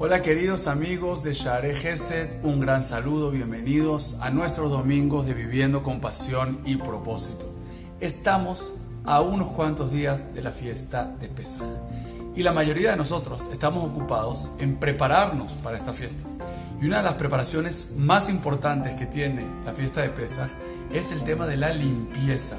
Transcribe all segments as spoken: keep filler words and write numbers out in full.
Hola queridos amigos de Shaarei Gesed, un gran saludo, bienvenidos a nuestros domingos de Viviendo con Pasión y Propósito. Estamos a unos cuantos días de la fiesta de Pesaj y la mayoría de nosotros estamos ocupados en prepararnos para esta fiesta. Y una de las preparaciones más importantes que tiene la fiesta de Pesaj es el tema de la limpieza.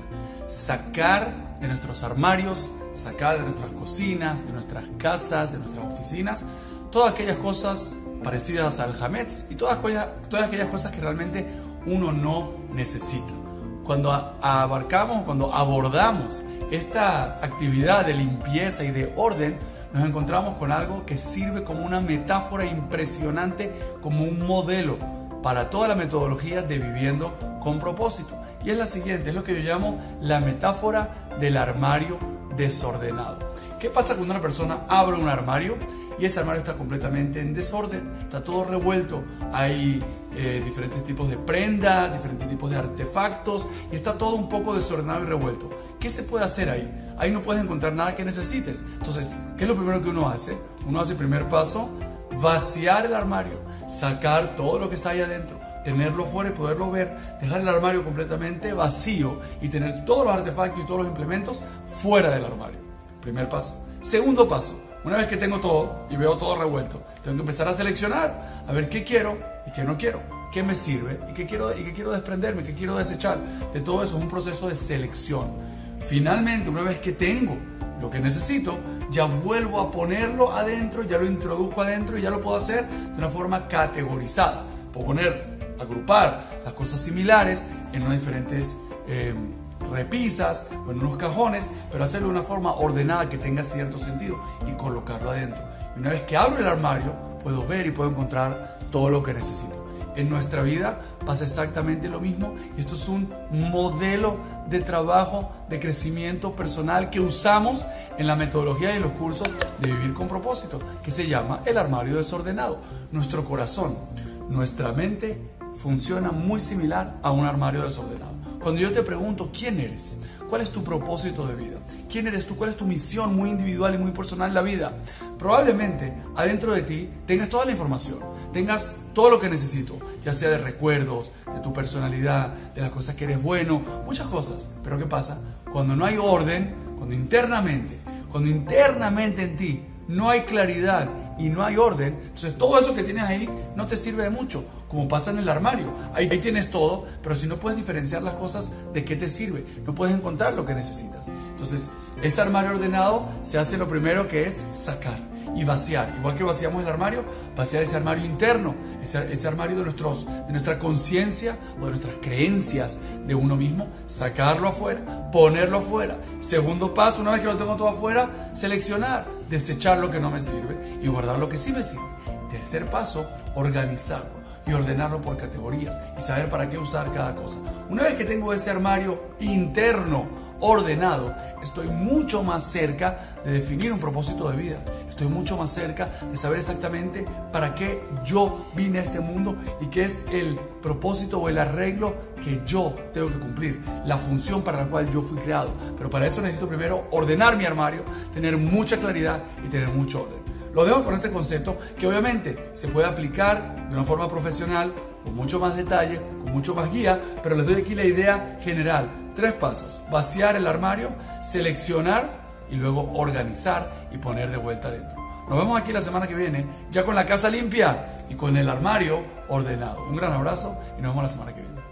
Sacar de nuestros armarios, sacar de nuestras cocinas, de nuestras casas, de nuestras oficinas, todas aquellas cosas parecidas al hametz y todas, todas aquellas cosas que realmente uno no necesita. Cuando abarcamos, cuando abordamos esta actividad de limpieza y de orden, nos encontramos con algo que sirve como una metáfora impresionante, como un modelo para toda la metodología de Viviendo con Propósito. Y es la siguiente, es lo que yo llamo la metáfora del armario desordenado. ¿Qué pasa cuando una persona abre un armario y ese armario está completamente en desorden? Está todo revuelto, hay eh, diferentes tipos de prendas, diferentes tipos de artefactos y está todo un poco desordenado y revuelto. ¿Qué se puede hacer ahí? Ahí no puedes encontrar nada que necesites. Entonces, ¿qué es lo primero que uno hace? Uno hace el primer paso, vaciar el armario, sacar todo lo que está ahí adentro, tenerlo fuera y poderlo ver, dejar el armario completamente vacío y tener todos los artefactos y todos los implementos fuera del armario. Primer paso. Segundo paso, una vez que tengo todo y veo todo revuelto, tengo que empezar a seleccionar, a ver qué quiero y qué no quiero, qué me sirve y qué quiero, y qué quiero desprenderme, qué quiero desechar. De todo eso es un proceso de selección. Finalmente, una vez que tengo lo que necesito, ya vuelvo a ponerlo adentro, ya lo introduzco adentro y ya lo puedo hacer de una forma categorizada. Puedo poner, agrupar las cosas similares en unas diferentes eh, repisas o en unos cajones, pero hacerlo de una forma ordenada que tenga cierto sentido y colocarlo adentro. Y una vez que abro el armario, puedo ver y puedo encontrar todo lo que necesito. En nuestra vida pasa exactamente lo mismo y esto es un modelo de trabajo, de crecimiento personal que usamos en la metodología y en los cursos de Vivir con Propósito, que se llama el armario desordenado. Nuestro corazón, nuestra mente funciona muy similar a un armario desordenado. Cuando yo te pregunto quién eres, cuál es tu propósito de vida, quién eres tú, cuál es tu misión muy individual y muy personal en la vida, probablemente adentro de ti tengas toda la información, tengas todo lo que necesito, ya sea de recuerdos, de tu personalidad, de las cosas que eres bueno, muchas cosas. Pero ¿qué pasa? Cuando no hay orden, cuando internamente, cuando internamente en ti no hay claridad y no hay orden, entonces todo eso que tienes ahí no te sirve de mucho, como pasa en el armario. Ahí, ahí tienes todo, pero si no puedes diferenciar las cosas, ¿de qué te sirve? No puedes encontrar lo que necesitas. Entonces, ese armario ordenado se hace lo primero, que es sacar y vaciar. Igual que vaciamos el armario, vaciar ese armario interno, ese, ese armario de, nuestros, de nuestra conciencia o de nuestras creencias de uno mismo, sacarlo afuera, ponerlo afuera. Segundo paso, una vez que lo tengo todo afuera, seleccionar, desechar lo que no me sirve y guardar lo que sí me sirve. Tercer paso, organizarlo y ordenarlo por categorías y saber para qué usar cada cosa. Una vez que tengo ese armario interno ordenado, estoy mucho más cerca de definir un propósito de vida. Estoy mucho más cerca de saber exactamente para qué yo vine a este mundo y qué es el propósito o el arreglo que yo tengo que cumplir, la función para la cual yo fui creado. Pero para eso necesito primero ordenar mi armario, tener mucha claridad y tener mucho orden. Lo dejo con este concepto que obviamente se puede aplicar de una forma profesional, con mucho más detalle, con mucho más guía, pero les doy aquí la idea general. Tres pasos: vaciar el armario, seleccionar y luego organizar y poner de vuelta dentro. Nos vemos aquí la semana que viene, ya con la casa limpia y con el armario ordenado. Un gran abrazo y nos vemos la semana que viene.